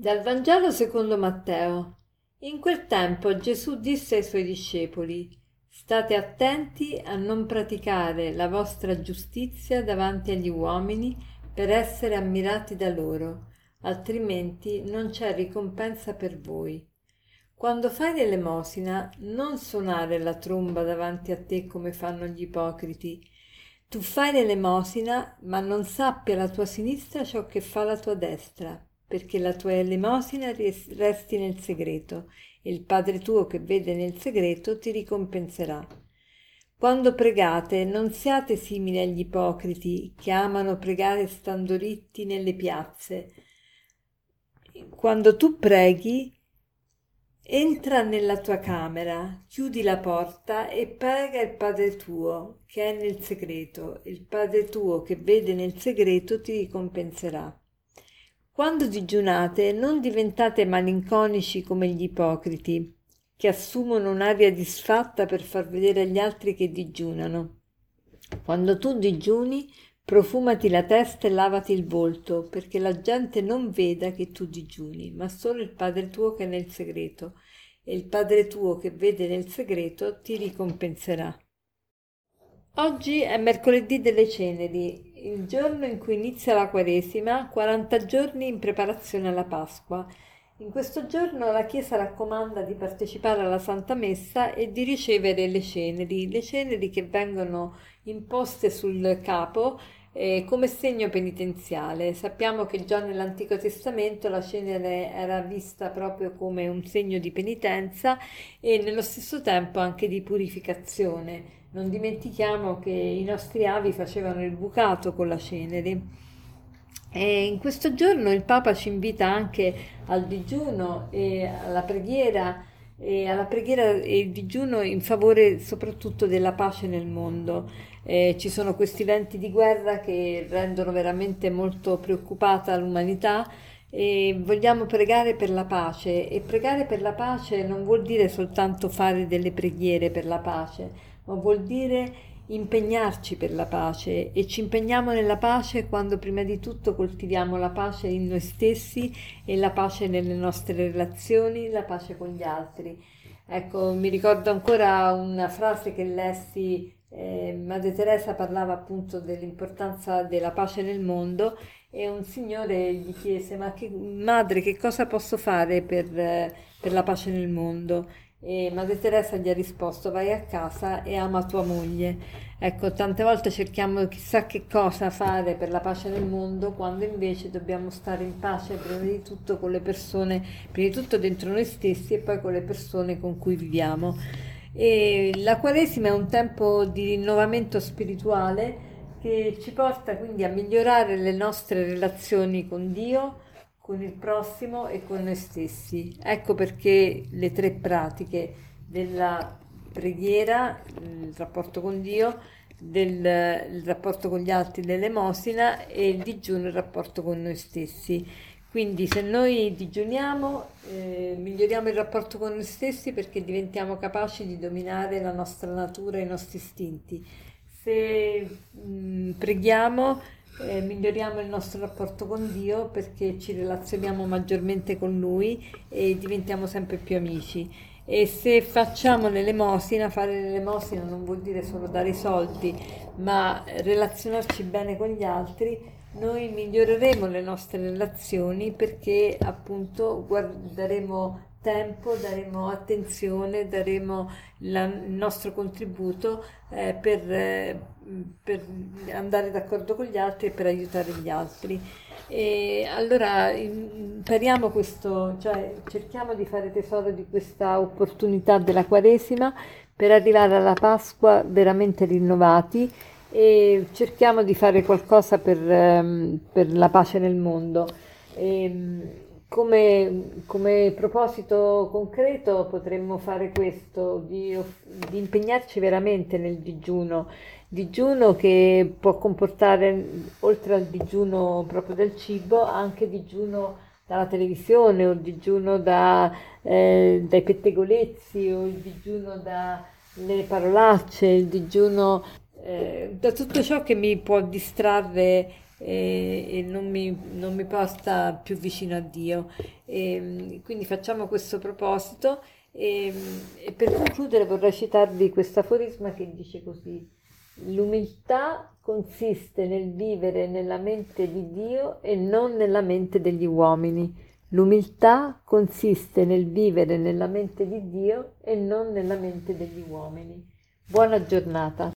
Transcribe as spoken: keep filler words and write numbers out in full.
Dal Vangelo secondo Matteo. In quel tempo Gesù disse ai suoi discepoli: State attenti a non praticare la vostra giustizia davanti agli uomini per essere ammirati da loro, altrimenti non c'è ricompensa per voi. Quando fai l'elemosina, non suonare la tromba davanti a te come fanno gli ipocriti. Tu fai l'elemosina, ma non sappia la tua sinistra ciò che fa la tua destra, perché la tua elemosina resti nel segreto, e il Padre tuo che vede nel segreto ti ricompenserà. Quando pregate, non siate simili agli ipocriti, che amano pregare stando ritti nelle piazze. Quando tu preghi, entra nella tua camera, chiudi la porta e prega il Padre tuo, che è nel segreto. Il Padre tuo che vede nel segreto ti ricompenserà. Quando digiunate, non diventate malinconici come gli ipocriti, che assumono un'aria disfatta per far vedere agli altri che digiunano. Quando tu digiuni, profumati la testa e lavati il volto, perché la gente non veda che tu digiuni, ma solo il Padre tuo che è nel segreto, e il Padre tuo che vede nel segreto ti ricompenserà. Oggi è mercoledì delle Ceneri, il giorno in cui inizia la Quaresima, quaranta giorni in preparazione alla Pasqua. In questo giorno la Chiesa raccomanda di partecipare alla Santa Messa e di ricevere le ceneri, le ceneri che vengono imposte sul capo eh, come segno penitenziale. Sappiamo che già nell'Antico Testamento la cenere era vista proprio come un segno di penitenza e nello stesso tempo anche di purificazione. Non dimentichiamo che i nostri avi facevano il bucato con la cenere. E in questo giorno il Papa ci invita anche al digiuno e alla preghiera e alla preghiera e il digiuno in favore soprattutto della pace nel mondo. Eh, ci sono questi venti di guerra che rendono veramente molto preoccupata l'umanità e vogliamo pregare per la pace, e pregare per la pace non vuol dire soltanto fare delle preghiere per la pace, ma vuol dire impegnarci per la pace, e ci impegniamo nella pace quando prima di tutto coltiviamo la pace in noi stessi e la pace nelle nostre relazioni, la pace con gli altri. Ecco, mi ricordo ancora una frase che lessi, eh, Madre Teresa parlava appunto dell'importanza della pace nel mondo, e un signore gli chiese: ma che, madre, che cosa posso fare per, eh, per la pace nel mondo? E Madre Teresa gli ha risposto: vai a casa e ama tua moglie. Ecco, tante volte cerchiamo chissà che cosa fare per la pace nel mondo, quando invece dobbiamo stare in pace prima di tutto con le persone, prima di tutto dentro noi stessi e poi con le persone con cui viviamo. E la Quaresima è un tempo di rinnovamento spirituale che ci porta quindi a migliorare le nostre relazioni con Dio, con il prossimo e con noi stessi. Ecco perché le tre pratiche della preghiera, il rapporto con Dio, del il rapporto con gli altri, l'elemosina, e il digiuno, il rapporto con noi stessi. Quindi se noi digiuniamo eh, miglioriamo il rapporto con noi stessi, perché diventiamo capaci di dominare la nostra natura e i nostri istinti. Se mh, preghiamo Eh, miglioriamo il nostro rapporto con Dio, perché ci relazioniamo maggiormente con Lui e diventiamo sempre più amici. E se facciamo l'elemosina, fare l'elemosina non vuol dire solo dare i soldi, ma relazionarci bene con gli altri, noi miglioreremo le nostre relazioni, perché appunto guarderemo tempo, daremo attenzione, daremo la, il nostro contributo eh, per, eh, per andare d'accordo con gli altri e per aiutare gli altri. E allora impariamo questo, cioè cerchiamo di fare tesoro di questa opportunità della Quaresima per arrivare alla Pasqua veramente rinnovati, e cerchiamo di fare qualcosa per, ehm, per la pace nel mondo. E, come, come proposito concreto potremmo fare questo, di, di impegnarci veramente nel digiuno, digiuno che può comportare, oltre al digiuno proprio del cibo, anche digiuno dalla televisione, o digiuno da, eh, dai pettegolezzi, o il digiuno dalle parolacce, il digiuno eh, da tutto ciò che mi può distrarre e, e non mi, non mi porta più vicino a Dio. E, quindi facciamo questo proposito e, e per concludere vorrei citarvi questo aforisma che dice così: l'umiltà consiste nel vivere nella mente di Dio e non nella mente degli uomini. L'umiltà consiste nel vivere nella mente di Dio e non nella mente degli uomini. Buona giornata.